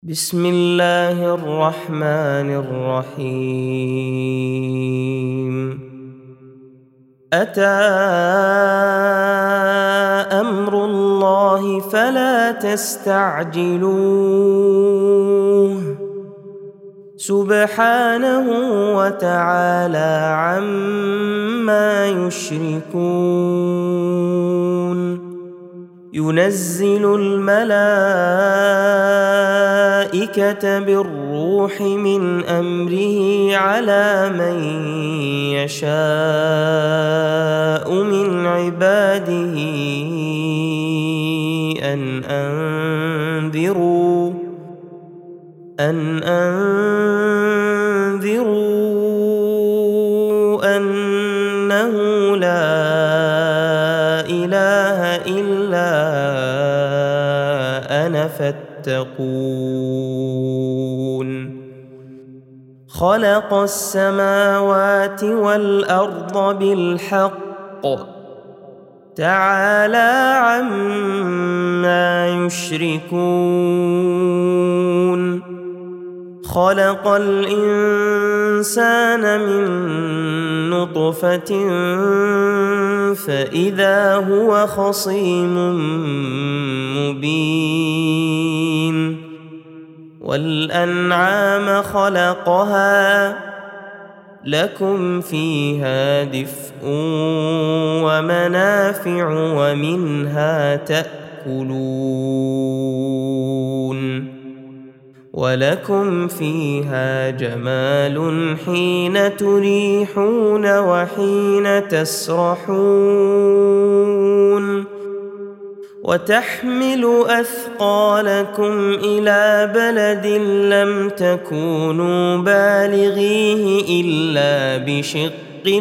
بسم الله الرحمن الرحيم. أتى أمر الله فلا تستعجلوه سبحانه وتعالى عما يشركون. ينزل الملائكة بالروح من أمره على من يشاء من عباده أن أنذروا أنه لا إله إلا أنا فاتقون. خلق السماوات والأرض بالحق تعالى عما يشركون. خلق الإنسان من نطفة فإذا هو خصيم مبين. والأنعام خلقها لكم فيها دفء ومنافع ومنها تأكلون. ولكم فيها جمال حين تريحون وحين تسرحون. وتحمل أثقالكم إلى بلد لم تكونوا بالغيه إلا بشق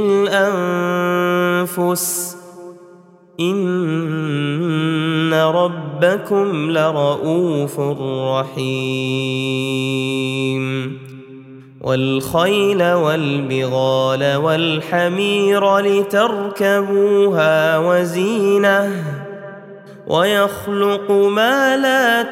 الأنفس إن ربكم لرؤوف رحيم. والخيل والبغال والحمير لتركبوها وزينة ويخلق ما لا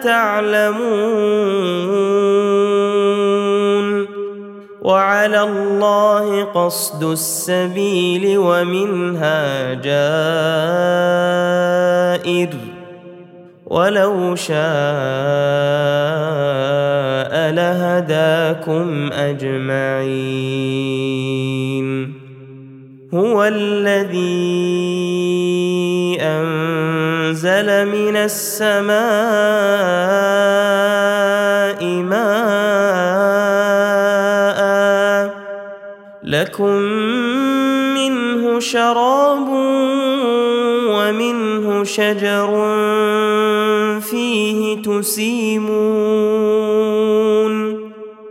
تعلمون. وعلى الله قصد السبيل ومنها جائر ولو شاء لهداكم أجمعين. هو الذي أنزل من السماء ماء لكم منه شراب ومنه شجر فيه تسيمون.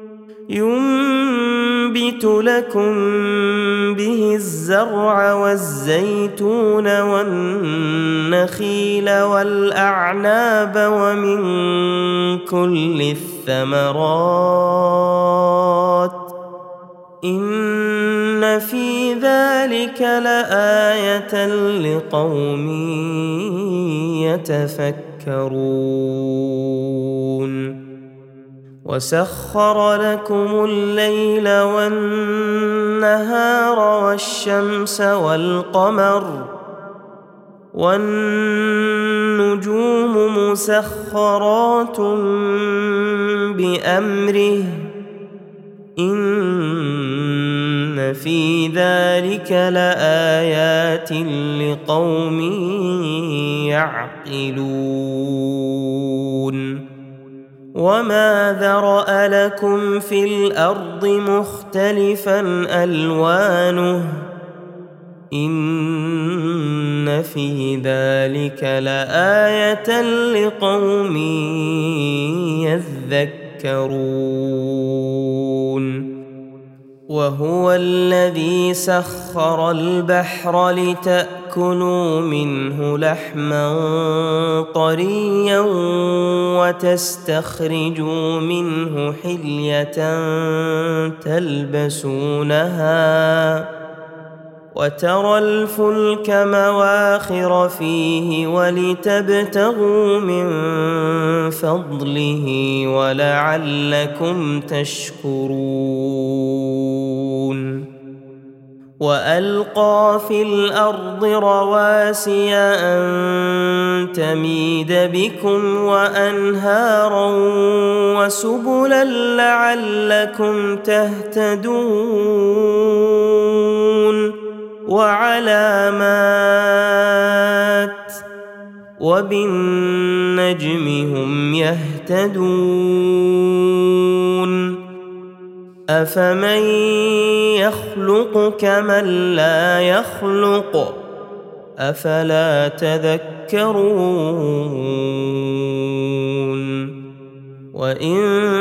ينبت لكم به الزرع والزيتون والنخيل والأعناب ومن كل الثمرات إن في ذلك لآية لقوم يتفكرون. وسخر لكم الليل والنهار والشمس والقمر والنجوم مسخرات بأمره إن في ذلك لآيات لقوم يعقلون. وما ذرأ لكم في الأرض مختلفا ألوانه إن في ذلك لآية لقوم يذكرون. وهو الذي سخر البحر لتأكلوا منه لحما طريا وتستخرجوا منه حلية تلبسونها وترى الفلك مواخر فيه ولتبتغوا من فضله ولعلكم تشكرون وألقى في الأرض رواسي أن تميد بكم وأنهارا وسبلا لعلكم تهتدون وعلامات وبالنجم هم يهتدون أفمن يخلق كمن لا يخلق أفلا تذكرون وإن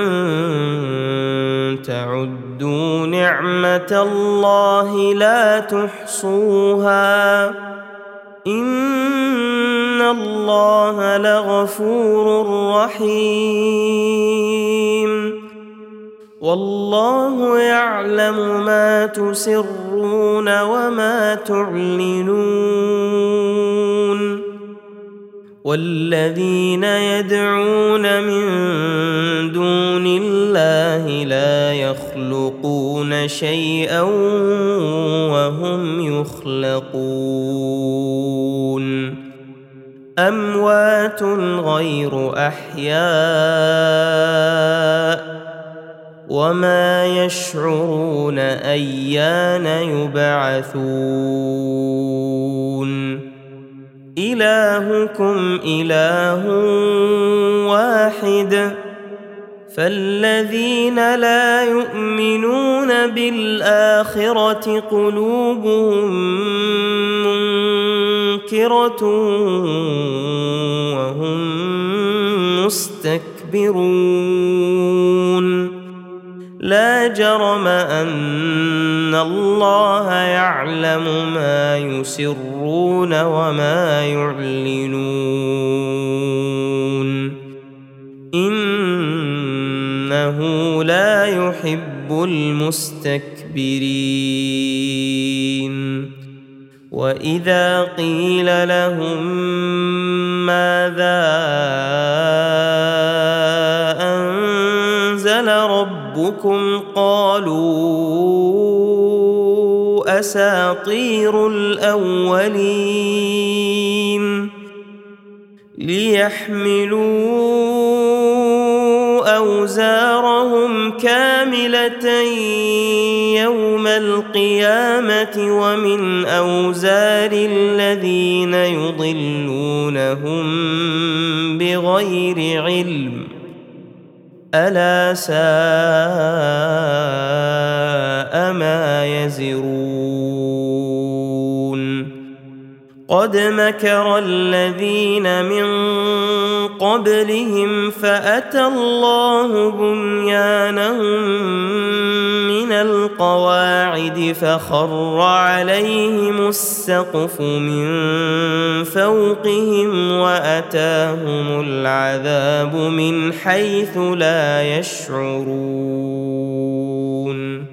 تعدوا نعمة الله لا تحصوها إن الله لغفور رحيم والله يعلم ما تسرون وما تعلنون والذين يدعون من دون الله لا يخلقون شيئا وهم يخلقون أموات غير أحياء وما يشعرون أيان يبعثون إلهكم إله واحد فالذين لا يؤمنون بالآخرة قلوبهم منكرة وهم مستكبرون لا جرم أن الله يعلم ما يسرون وما يعلنون إنه لا يحب المستكبرين وإذا قيل لهم ماذا أنزل ربكم قالوا أساطير الأولين ليحملوا أوزارهم كاملة يوم القيامة ومن أوزار الذين يضلونهم بغير علم ألا ساء ما يزرون قد مكر الذين من قبلهم فأتى الله بنيانهم من القواعد فخر عليهم السقف من فوقهم وأتاهم العذاب من حيث لا يشعرون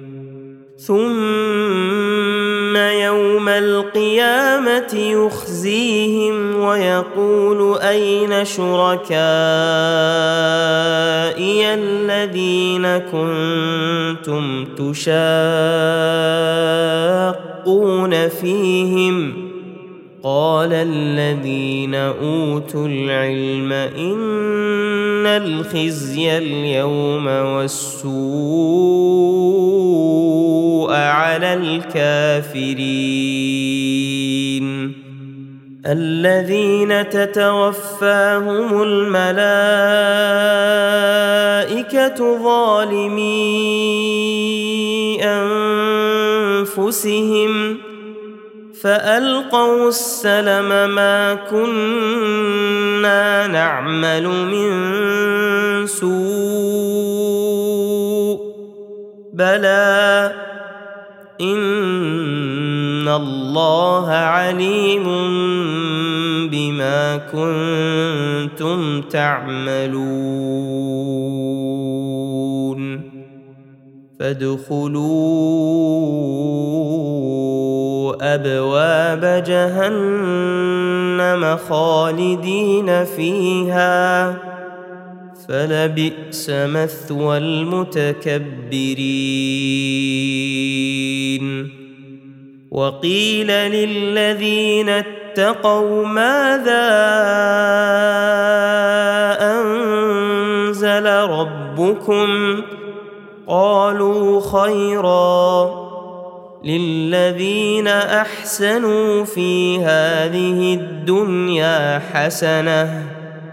ثم يوم القيامة يخزيهم ويقول أين شركائي الذين كنتم تشاقون فيهم قال الذين أوتوا العلم إن الخزي اليوم والسوء على الكافرين الذين تتوفاهم الملائكة ظالمي أنفسهم فألقوا السلم ما كنا نعمل من سوء بلى إن الله عليم بما كنتم تعملون فادخلوا أبواب جهنم خالدين فيها فلبئس مثوى المتكبرين وقيل للذين اتقوا ماذا أنزل ربكم قالوا خيرا للذين أحسنوا في هذه الدنيا حسنة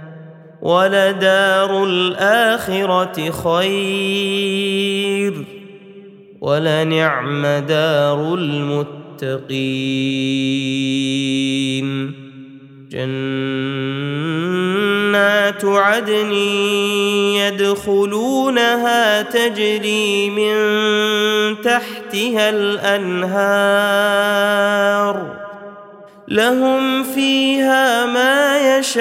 ولدار الآخرة خير ولنعم دار المتقين جنات عدن يدخلونها تجري من تحتها الأنهار لهم فيها ما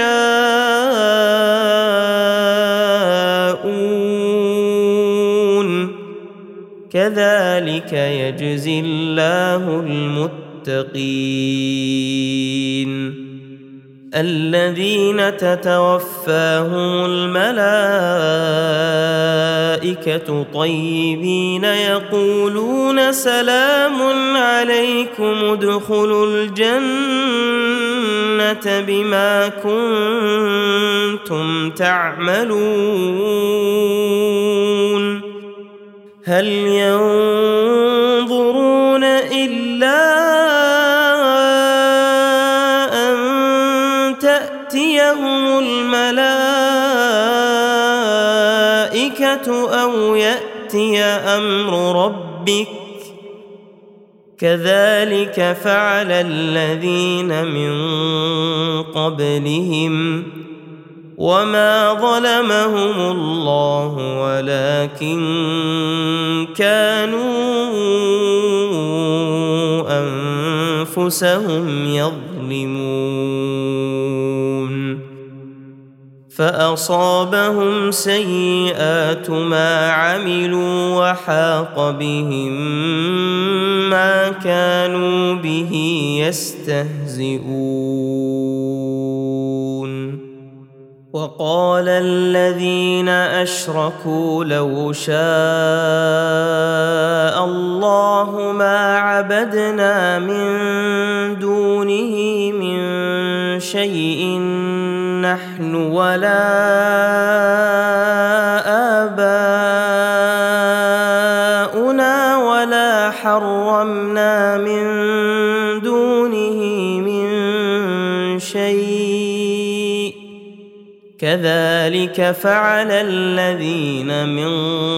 يشاءون كذلك يجزي الله المتقين الذين تتوفاهم الملائكة طيبين يقولون سلام عليكم ادخلوا الجنة بما كنتم تعملون هل ينظرون إلا تأتيهم الملائكة أو يأتي أمر ربك كذلك فعل الذين من قبلهم وما ظلمهم الله ولكن كانوا أنفسهم يظلمون فأصابهم سيئات ما عملوا وحاق بهم ما كانوا به يستهزئون وقال الذين أشركوا لو شاء الله ما عبدنا من دونه من شيء نحن ولا آباؤنا ولا حرمنا من دونه من شيء كذلك فعل الذين من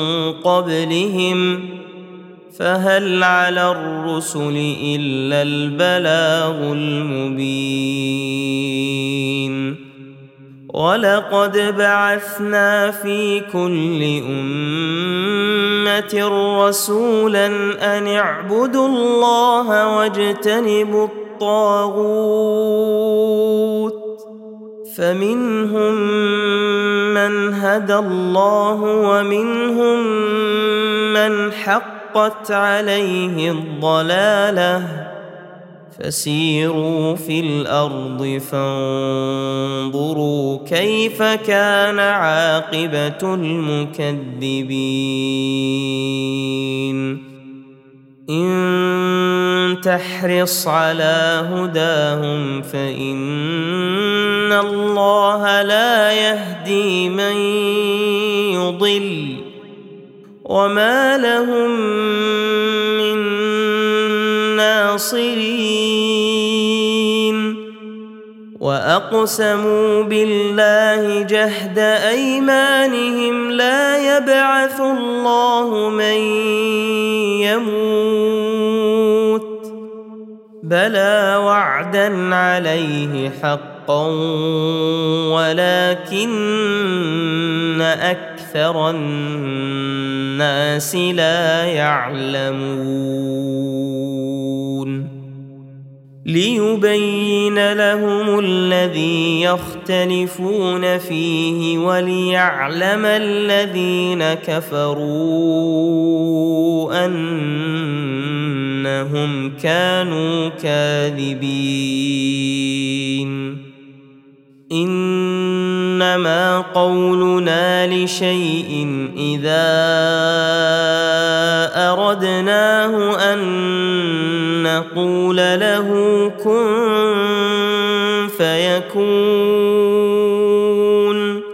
قبلهم فهل على الرسل إلا البلاغ المبين ولقد بعثنا في كل أمة رسولا أن اعبدوا الله واجتنبوا الطاغوت فمنهم من هدى الله ومنهم من حقت عليه الضلالة فسيروا في الأرض فانظروا كيف كان عاقبة المكذبين إن تحرص على هداهم فإن الله لا يهدي من يضل وما لهم من ناصرين وأقسموا بالله جهد أيمانهم لا يبعث الله من يموت بلى وعدا عليه حقا ولكن أكثر الناس لا يعلمون ليبين لهم الذي يختلفون فيه وليعلم الذين كفروا أن إنهم كانوا كاذبين إنما قولنا لشيء إذا أردناه أن نقول له كن فيكون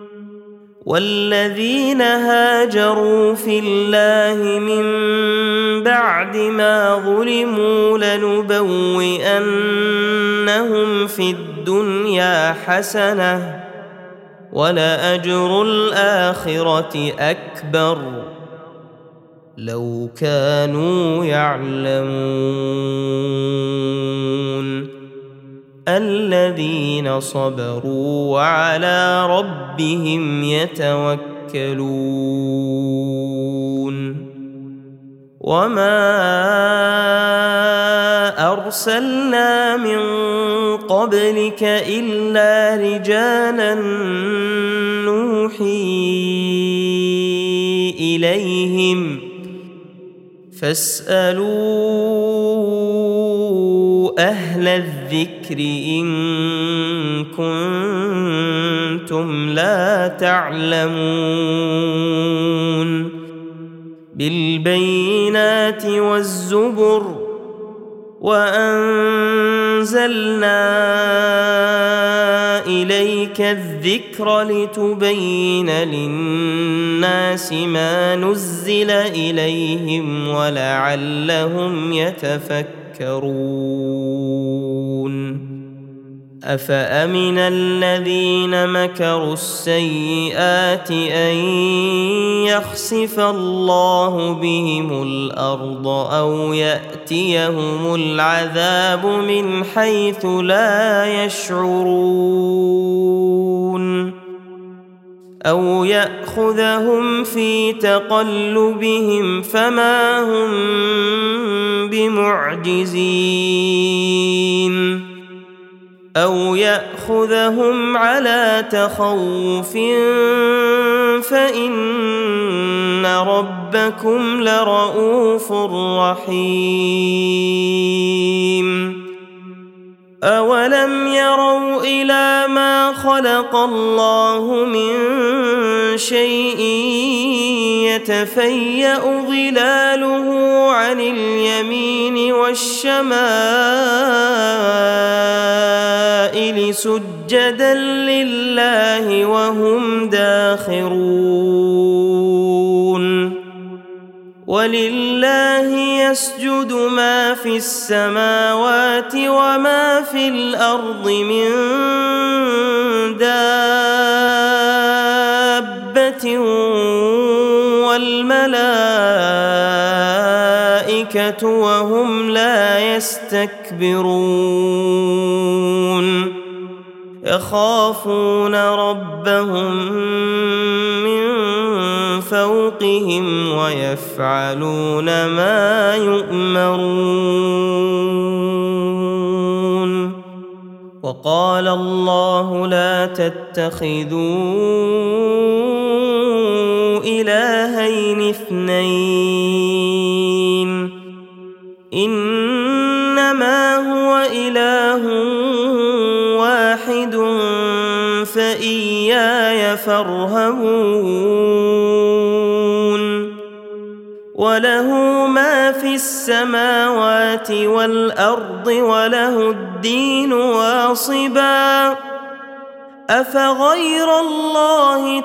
والذين هاجروا في الله من بعد ما ظلموا لنبوئنهم في الدنيا حسنة ولأجر الآخرة أكبر لو كانوا يعلمون الذين صبروا وعلى ربهم يتوكلون وما أرسلنا من قبلك إلا رجالا نوحي إليهم فاسألوا أهل الذكر إن كنتم لا تعلمون بالبينات والزبر وأنزلنا إليك الذكر لتبين للناس ما نزل إليهم ولعلهم يتفكرون أفأمن الذين مكروا السيئات أن يخسف الله بهم الأرض أو يأتيهم العذاب من حيث لا يشعرون أو يأخذهم في تقلبهم فما هم بمعجزين أو يأخذهم على تخوف فإن ربكم لرؤوف رحيم أولم يروا إلى ما خلق الله من شيء يتفيأ ظلاله عن اليمين والشمائل سجدا لله وهم داخرون ولله يسجد ما في السماوات وما في الأرض من دابة والملائكة وهم لا يستكبرون يخافون ربهم من فوقهم ويفعلون ما يؤمرون وقال الله لا تتخذوا إلهين اثنين إنما هو إله واحد فإياي فارهبون وله ما في السماوات والأرض وله الدين واصبا أفغير الله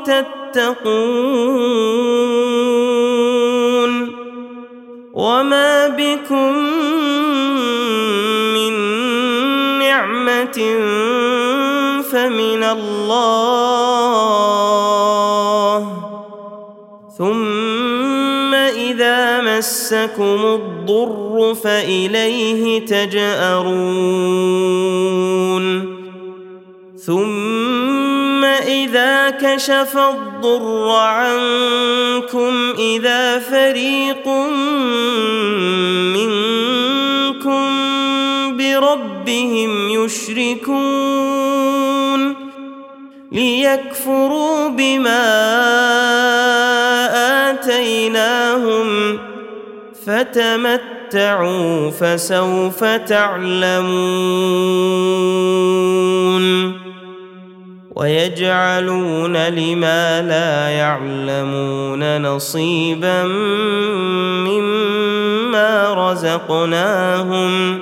تتقون وما بكم من نعمة فمن الله ثم إذا مسكم الضر فإليه تجأرون ثم إذا كشف الضر عنكم إذا فريق منكم بربهم يشركون ليكفروا بما آتيناهم فتمتعوا تمتعوا فسوف تعلمون ويجعلون لما لا يعلمون نصيبا مما رزقناهم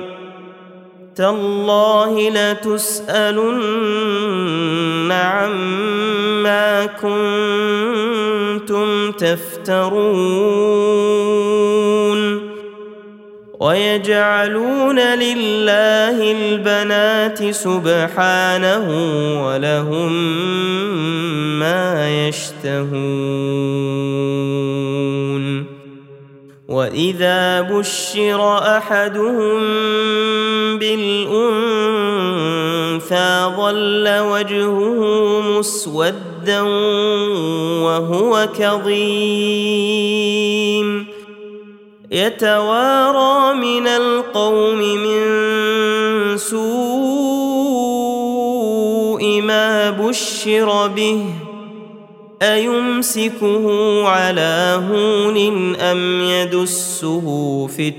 تالله لتسألن عما كنتم تفترون ويجعلون لله البنات سبحانه ولهم ما يشتهون وإذا بشر أحدهم بالأنثى ظل وجهه مسودا وهو كظيم يتوارى من القوم من سوء ما بشر به أيمسكه على هون أم يدسه في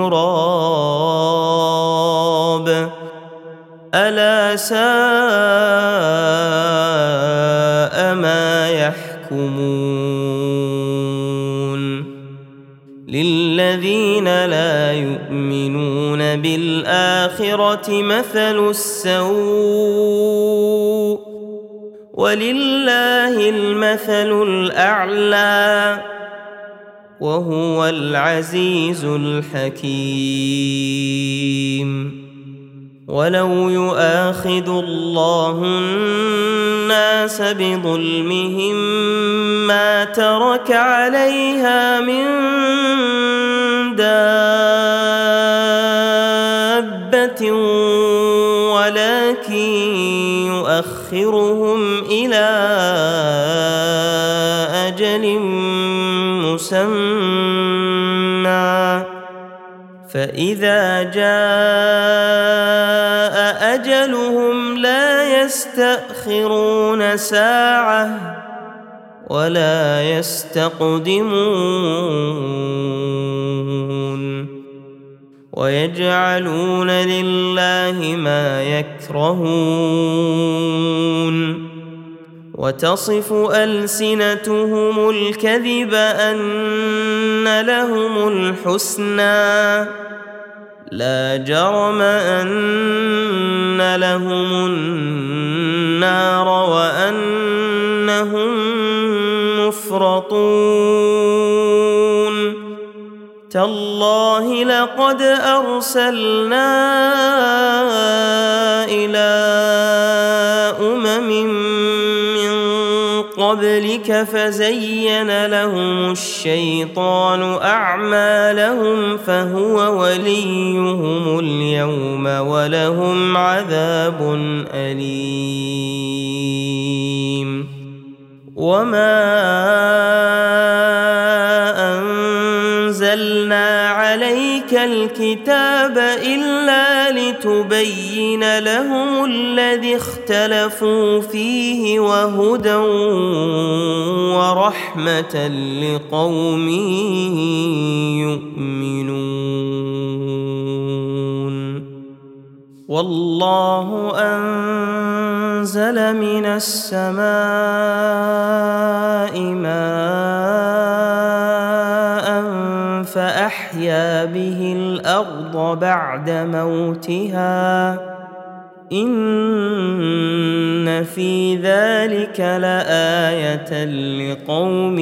التراب ألا ساء ما يحكمون للذين لا يؤمنون بالآخرة مثل السوء ولله المثل الأعلى وهو العزيز الحكيم ولو يؤاخذ الله الناس بظلمهم ما ترك عليها من دابة ولكن يؤخرهم إلى أجل مسمى فإذا جاء أجلهم لا يستأخرون ساعة ولا يستقدمون ويجعلون لله ما يكرهون وتصف ألسنتهم الكذب أن لهم الحسنى لا جرم أن لهم النار وأنهم مفرطون تالله لقد أرسلنا إلى أمم من قبلك فزين لهم الشيطان أعمالهم فهو وليهم اليوم ولهم عذاب أليم وما أنزلنا عليك الكتاب إلا لتبين لهم الذي اختلفوا فيه وهدى ورحمة لقوم يؤمنون والله أنزل من السماء ماء فأحيا به الأرض بعد موتها إن في ذلك لآية لقوم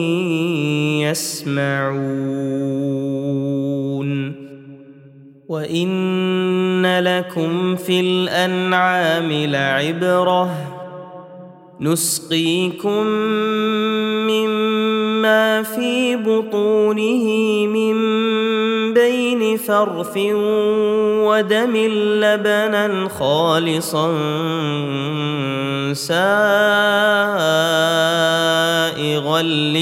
يسمعون وإن لكم في الأنعام لعبرة نسقيكم مما في بطونه من بين فرث ودم لبنا خالصا سائغا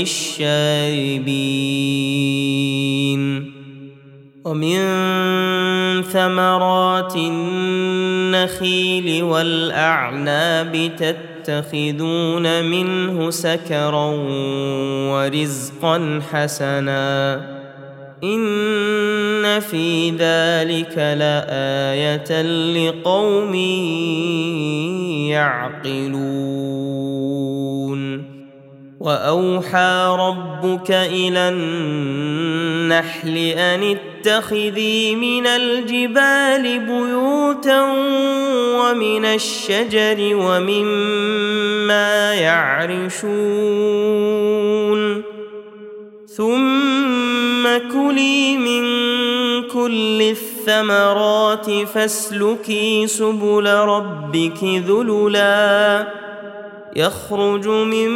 للشاربين ومن ثمرات النخيل والأعناب تتخذون منه سكرا ورزقا حسنا إن في ذلك لآية لقوم يعقلون وأوحى ربك إلى النحل أن اتخذي من الجبال بيوتا ومن الشجر ومما يعرشون ثم كلي من كل الثمرات فاسلكي سبل ربك ذللا يخرج من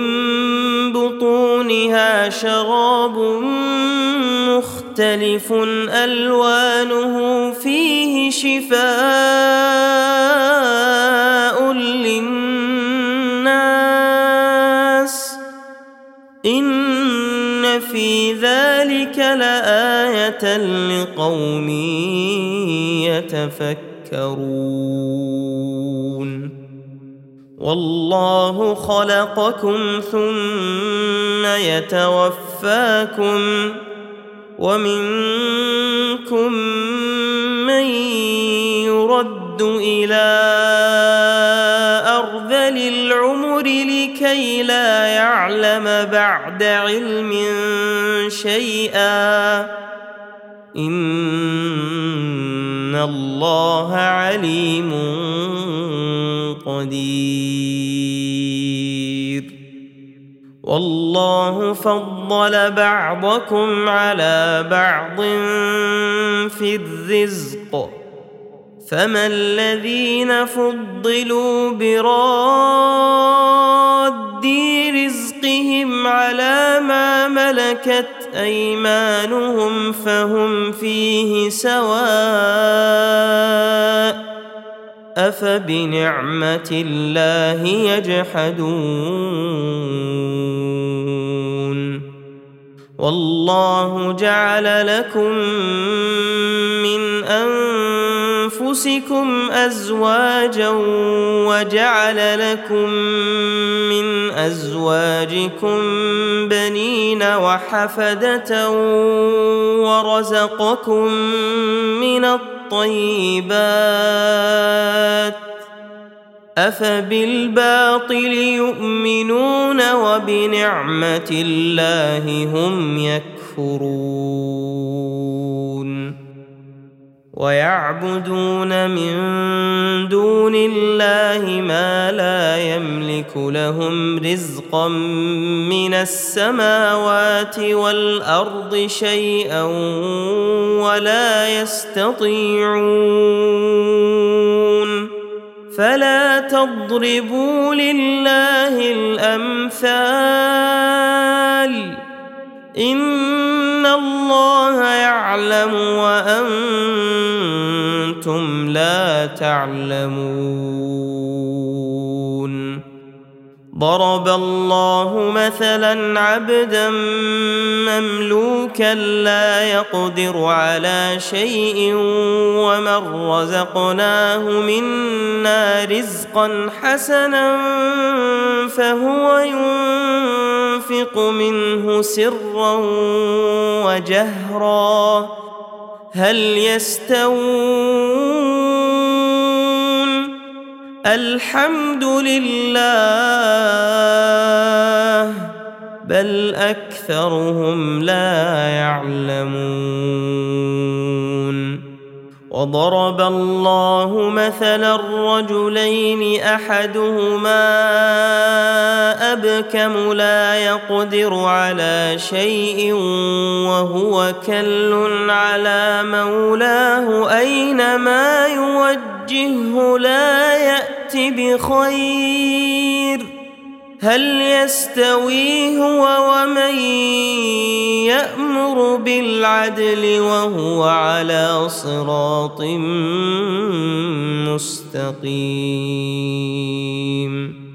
بطونها شراب مختلف ألوانه فيه شفاء للناس إن في ذلك لآية لقوم يتفكرون والله خلقكم ثم يتوفاكم ومنكم من يرد إلى أرذل العمر لكي لا يعلم بعد علم شيئا إن الله عليم قدير والله فضل بعضكم على بعض في الرزق فما الذين فضلوا براد رزقهم على ما ملكت أيمانهم فهم فيه سواء أفبنعمة الله يجحدون والله جعل لكم من أنفسكم أزواجا وجعل لكم من أزواجكم بنين وحفدة ورزقكم من الطيبات أفبالباطل يؤمنون وبنعمة الله هم يكفرون ويعبدون من دون الله ما لا يملك لهم رزقا من السماوات والأرض شيئا ولا يستطيعون فلا تضربوا لله الأمثال إن الله يعلم وأنتم لا تعلمون ضرب الله مثلا عبدا مملوكا لا يقدر على شيء ومن رزقناه منا رزقا حسنا فهو ينفق منه سرا وجهرا هل يستوون الحمد لله بل أكثرهم لا يعلمون وضرب الله مثلا الرجلين أحدهما أبكم لا يقدر على شيء وهو كل على مولاه أينما يوجهه لا يأت بخير هل يستوي هو ومن يأمر بالعدل وهو على صراط مستقيم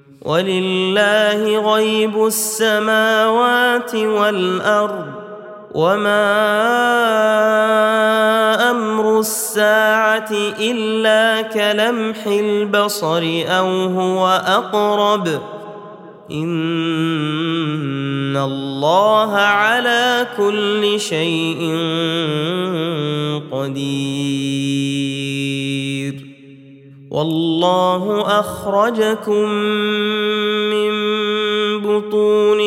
ولله غيب السماوات والأرض وما أمر الساعة إلا كلمح البصر أو هو أقرب إن الله على كل شيء قدير. والله أخرجكم من بطون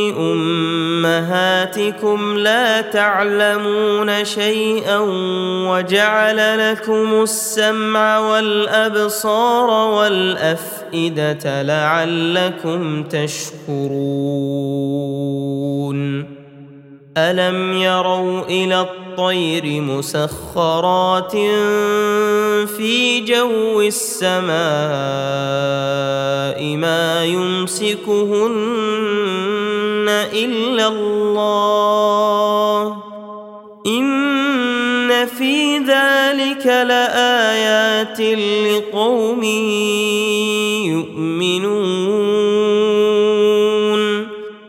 أمهاتكم لا تعلمون شيئا وجعل لكم السمع والأبصار والأفئدة لعلكم تشكرون. ألم يروا إلى الطير مسخرات في جو السماء ما يمسكهن إلا الله إن في ذلك لآيات لقوم يؤمنون.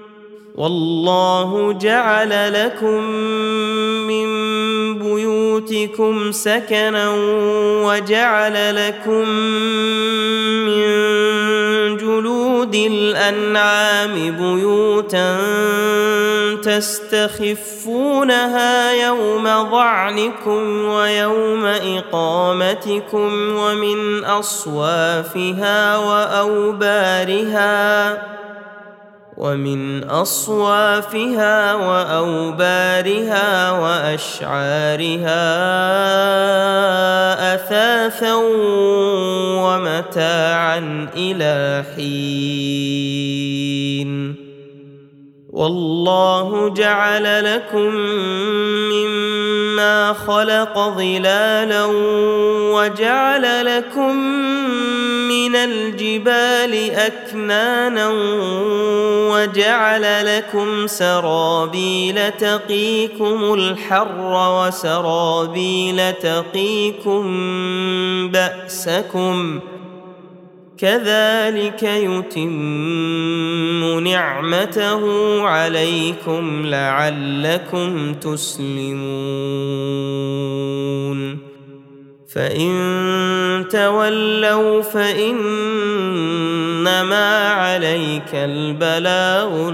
والله جعل لكم من بيوتكم سكنا وجعل لكم من جلود الأنعام بيوتا تستخفونها يوم ظعنكم ويوم إقامتكم ومن أصوافها وأوبارها وأشعارها أثاثا ومتاعا إلى حين. والله جعل لكم مما خلق ظلالا وجعل لكم من الجبال أكنانا وجعل لكم سرابيل تقيكم الحر وسرابيل تقيكم بأسكم كذلك يتم نعمته عليكم لعلكم تسلمون. فإن تولوا فإنما عليك البلاغ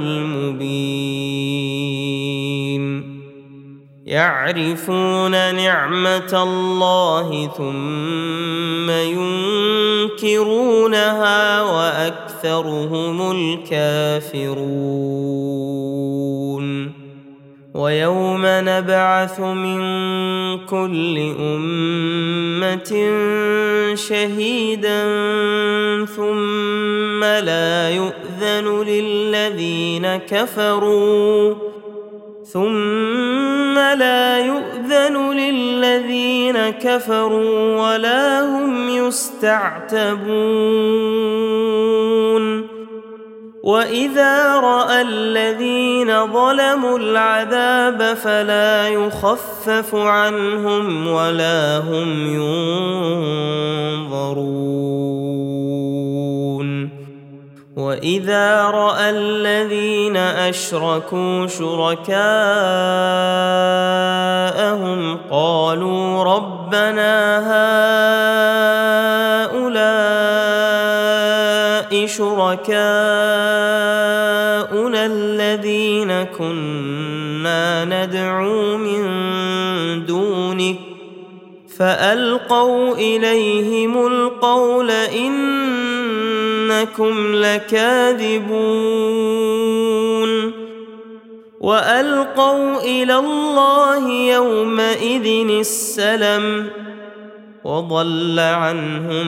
المبين. يعرفون نعمة الله ثم ينكرونها وأكثرهم الكافرون. ويوم نبعث من كل أمة شهيدا ثم لا يؤذن للذين كفروا ولا هم يستعتبون. وإذا رأى الذين ظلموا العذاب فلا يخفف عنهم ولا هم ينظرون. وإذا رأى الذين أشركوا شركاءهم قالوا ربنا هؤلاء شركاؤنا الذين كنا ندعو من دونك فألقوا إليهم القول إنكم لكاذبون. وألقوا إلى الله يومئذ السلم وضل عنهم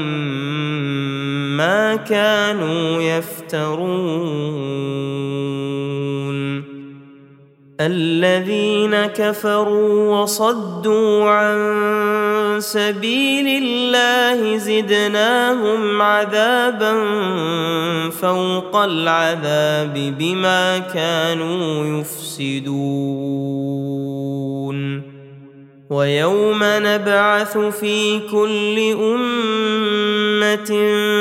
ما كانوا يفترون. الذين كفروا وصدوا عن سبيل الله زدناهم عذابا فوق العذاب بما كانوا يفسدون. ويوم نبعث في كل أمة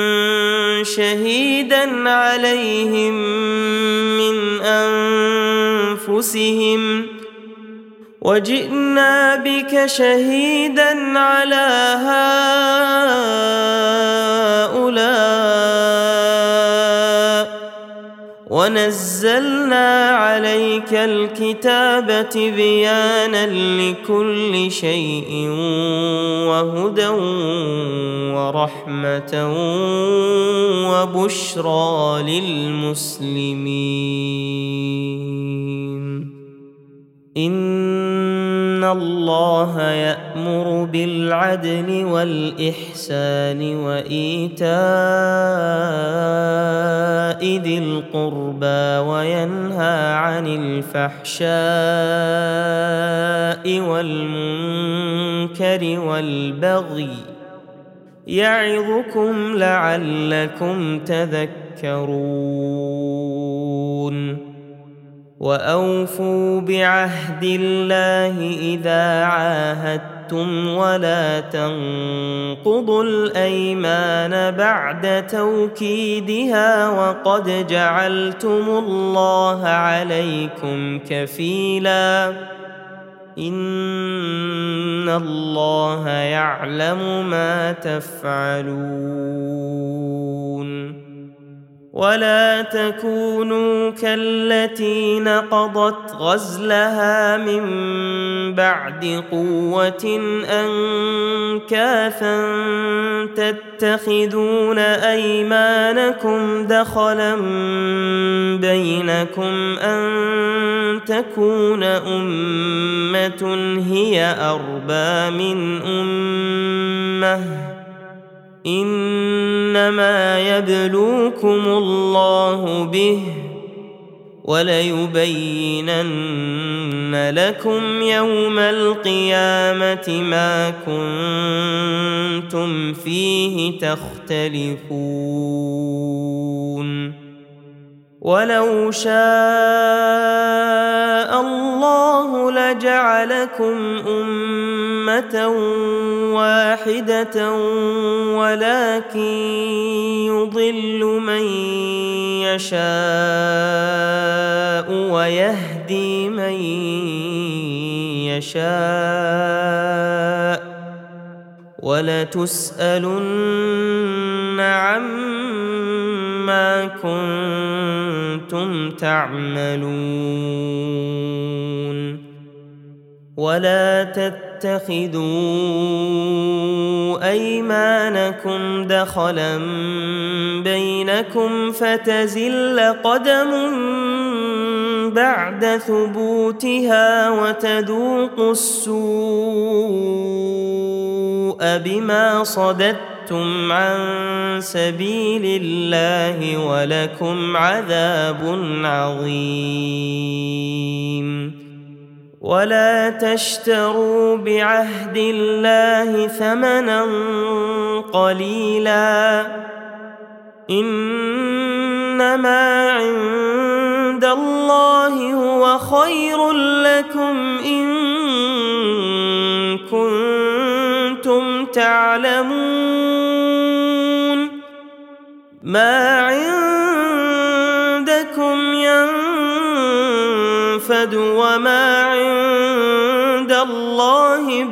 شهيدا عليهم من أنفسهم وجئنا بك شهيدا على هؤلاء ونزلنا عليك الكتاب تبيانا لكل شيء وهدى ورحمة وبشرى للمسلمين. إن الله يأمر بالعدل والإحسان وإيتاء ذي القربى وينهى عن الفحشاء والمنكر والبغي يعظكم لعلكم تذكرون. وأوفوا بعهد الله إذا عاهدتم ولا تنقضوا الأيمان بعد توكيدها وقد جعلتم الله عليكم كفيلا إن الله يعلم ما تفعلون. ولا تكونوا كالتي نقضت غزلها من بعد قوة أنكاثا تتخذون أيمانكم دخلا بينكم أن تكون أمة هي أربى من أمة إنما يبلوكم الله به وليبينن لكم يوم القيامة ما كنتم فيه تختلفون. ولو شاء الله لجعلكم أمة واحدة ولكن يضل من يشاء ويهدي من يشاء ولتسألن عما كنتم تعملون. ولا تتخذوا أيمانكم دخلا بينكم فتزل قدم بعد ثبوتها وتذوقوا السوء بما صددتم عن سبيل الله ولكم عذاب عظيم. ولا تشتروا بعهد الله ثمنا قليلا إنما عند الله هو خير لكم إن كنتم تعلمون. ما عندكم ينفد وما عند الله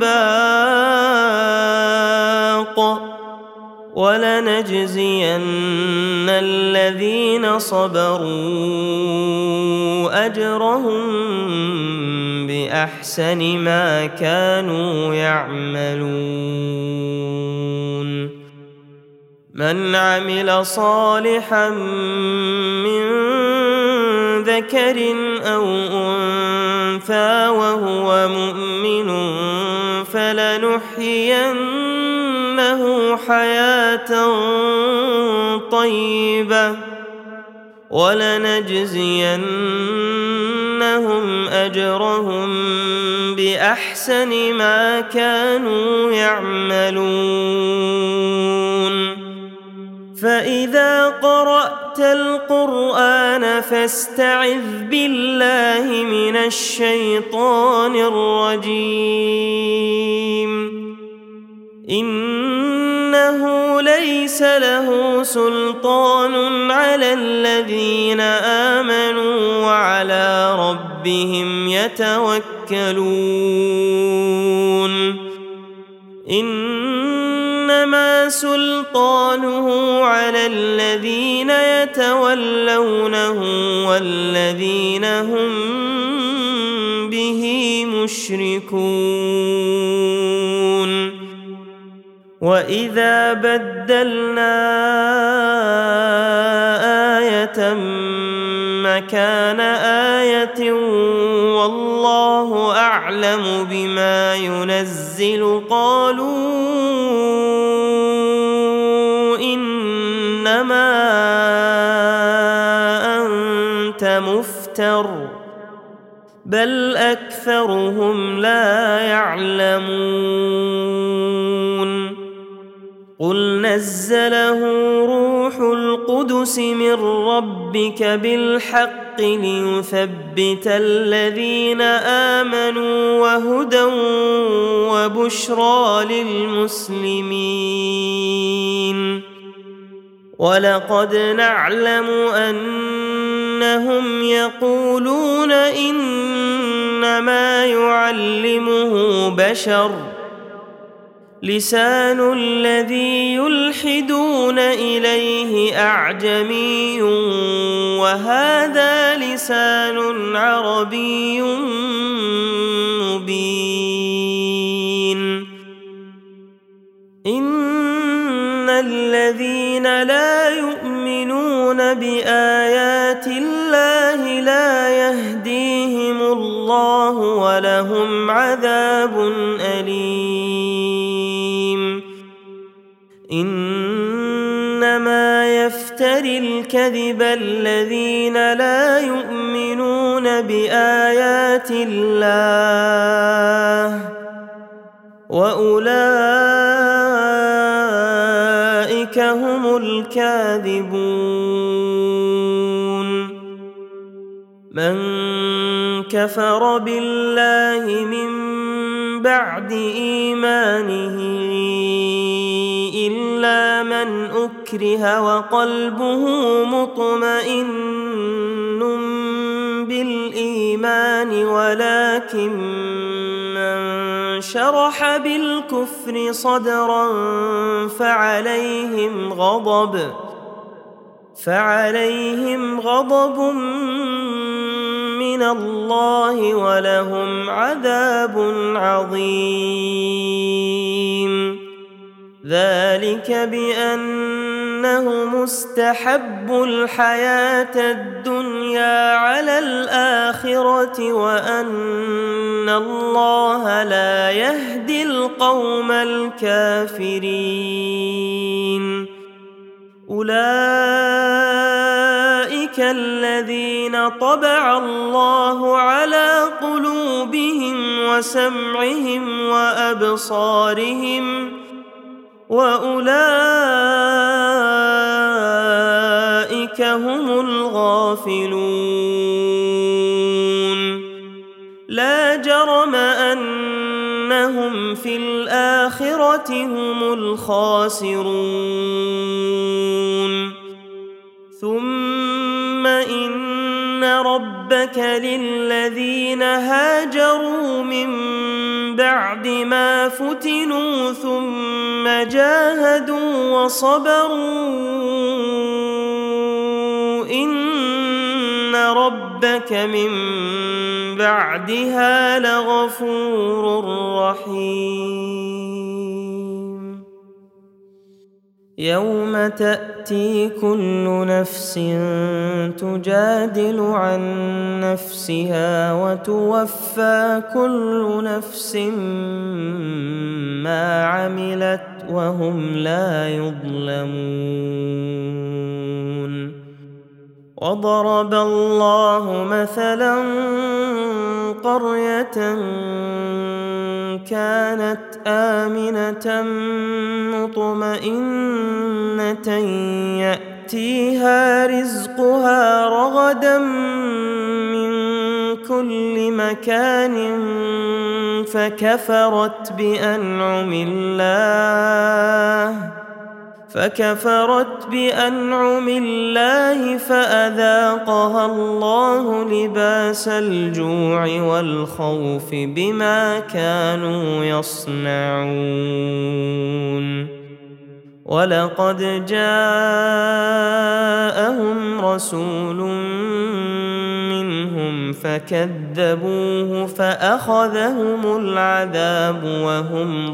باق ولنجزين الذين صبروا أجرهم بأحسن ما كانوا يعملون. من عمل صالحا من ذكر أو أنثى وهو مؤمن فلنحيينه حياة طيبة ولنجزينهم أجرهم بأحسن ما كانوا يعملون. فإذا قرأت القرآن فاستعذ بالله من الشيطان الرجيم إنه ليس له سلطان على الذين آمنوا وعلى ربهم يتوكلون. إنما إنما سلطانه على الذين يتولونه والذين هم به مشركون وإذا بدلنا آية مكان آية والله أعلم بما ينزل قالوا إنما أنت مفتر بل أكثرهم لا يعلمون قل نزله روح القدس من ربك بالحق ليثبت الذين آمنوا وهدى وبشرى للمسلمين ولقد نعلم أنهم يقولون إنما يعلمه بشر لسان الذي يلحدون إليه أعجمي وهذا لسان عربي مبين إن الذين لا يؤمنون بآيات الله لا يهديهم الله ولهم عذاب أليم إنما يفتري الكذب الذين لا يؤمنون بآيات الله وأولئك هم الكاذبون من كفر بالله من بعد إيمانه إلا من أكره وقلبه مطمئن بالإيمان ولكن من شرح بالكفر صدرا فعليهم غضب من الله ولهم عذاب عظيم ذلك بأنهم استحبوا الحياة الدنيا على الآخرة وأن الله لا يهدي القوم الكافرين أولئك الذين طبع الله على قلوبهم وسمعهم وأبصارهم وأولئك هم الغافلون لا جرم أنهم في الآخرة هم الخاسرون ثم إن ربك للذين هاجروا من بعد ما فتنوا ثم جاهدوا وصبروا إن ربك من بعدها لغفور رحيم يوم تأتي كل نفس تجادل عن نفسها وتوفى كل نفس ما عملت وهم لا يظلمون وضرب الله مثلا قرية كانت آمنة مطمئنة يأتيها رزقها رغدا من كل مكان فكفرت بأنعم الله فأذاقها الله لباس الجوع والخوف بما كانوا يصنعون ولقد جاءهم رسول منهم فكذبوه فأخذهم العذاب وهم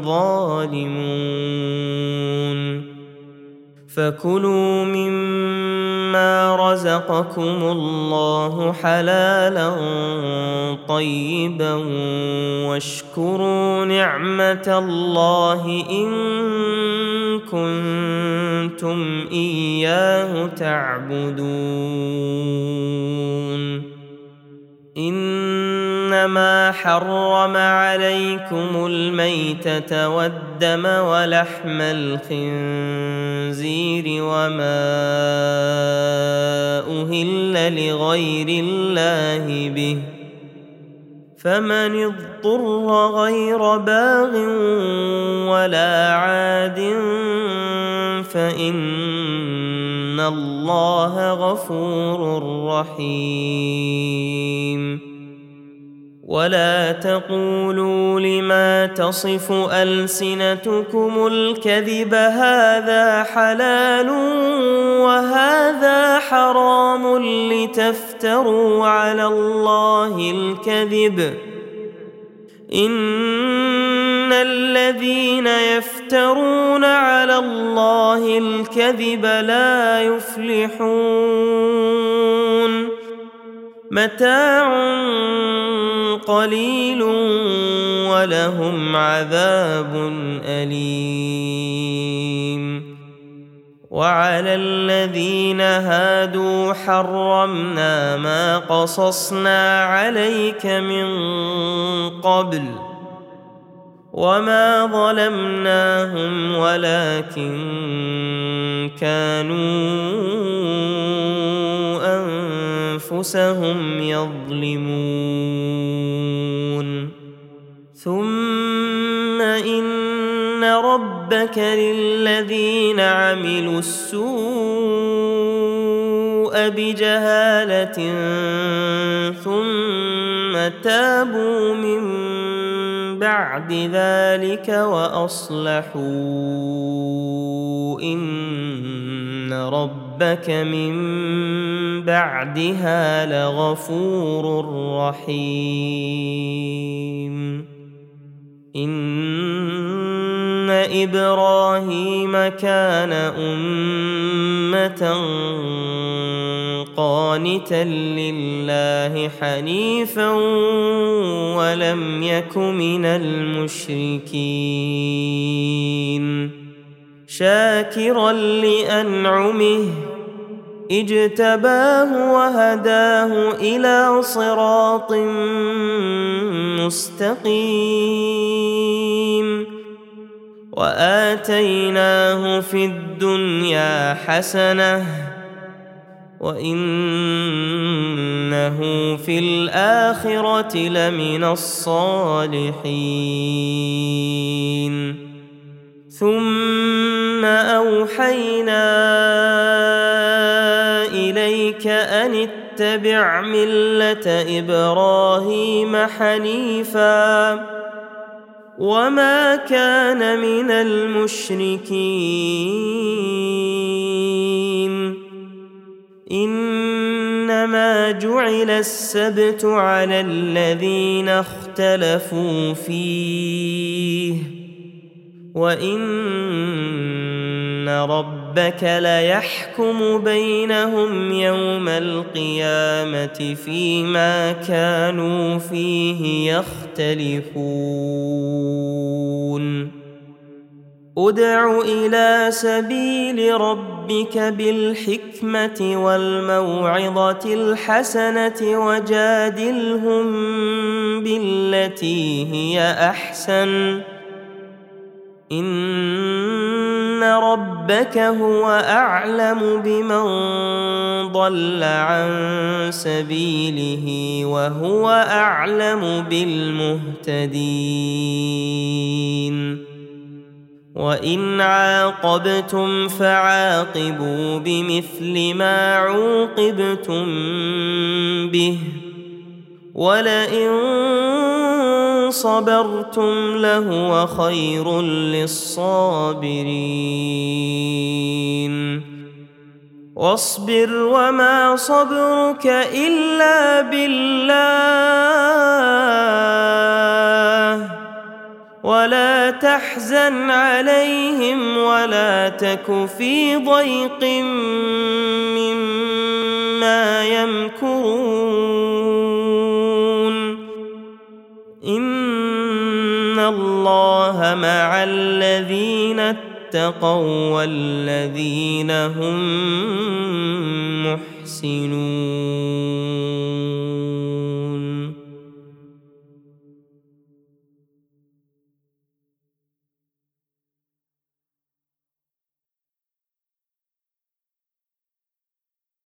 ظالمون فكلوا مما رزقكم الله حلالا طيبا واشكروا نعمة الله إن كنتم إياه تعبدون إنما حرم عليكم الميتة والدم ولحم الخنزير وما أهل لغير الله به فمن اضطر غير باغ ولا عاد فإن الله غفور رحيم ولا تقولوا لما تصف ألسنتكم الكذب هذا حلال وهذا حرام لتفتروا على الله الكذب إن الذين يفترون على الله الكذب لا يفلحون متاع قليل ولهم عذاب أليم وعلى الذين هادوا حرمنا ما قصصنا عليك من قبل وما ظلمناهم ولكن كانوا أنفسهم يظلمون ثم إن ربك للذين عملوا السوء بجهالة ثم تابوا من بعد ذلك وأصلحوا إن ربك من بعدها لغفور رحيم إن إبراهيم كان أمة قانتا لله حنيفا ولم يك من المشركين شاكرا لأنعمه اجتباه وهداه إلى صراط مستقيم وآتيناه في الدنيا حسنة وإنه في الآخرة لمن الصالحين ثم أوحينا إليك أن اتبع ملة إبراهيم حنيفا وما كان من المشركين إنما جعل السبت على الذين اختلفوا فيه وإن ربك ليحكم بينهم يوم القيامة فيما كانوا فيه يختلفون ادع إلى سبيل ربك بالحكمة والموعظة الحسنة وجادلهم بالتي هي أحسن إن ربك هو أعلم بمن ضل عن سبيله وهو أعلم بالمهتدين وإن عاقبتم فعاقبوا بمثل ما عوقبتم به ولئن صبرتم لهو خير للصابرين واصبر وما صبرك إلا بالله ولا تحزن عليهم ولا تك في ضيق مما يمكرون إن الله مع الذين اتقوا والذين هم محسنون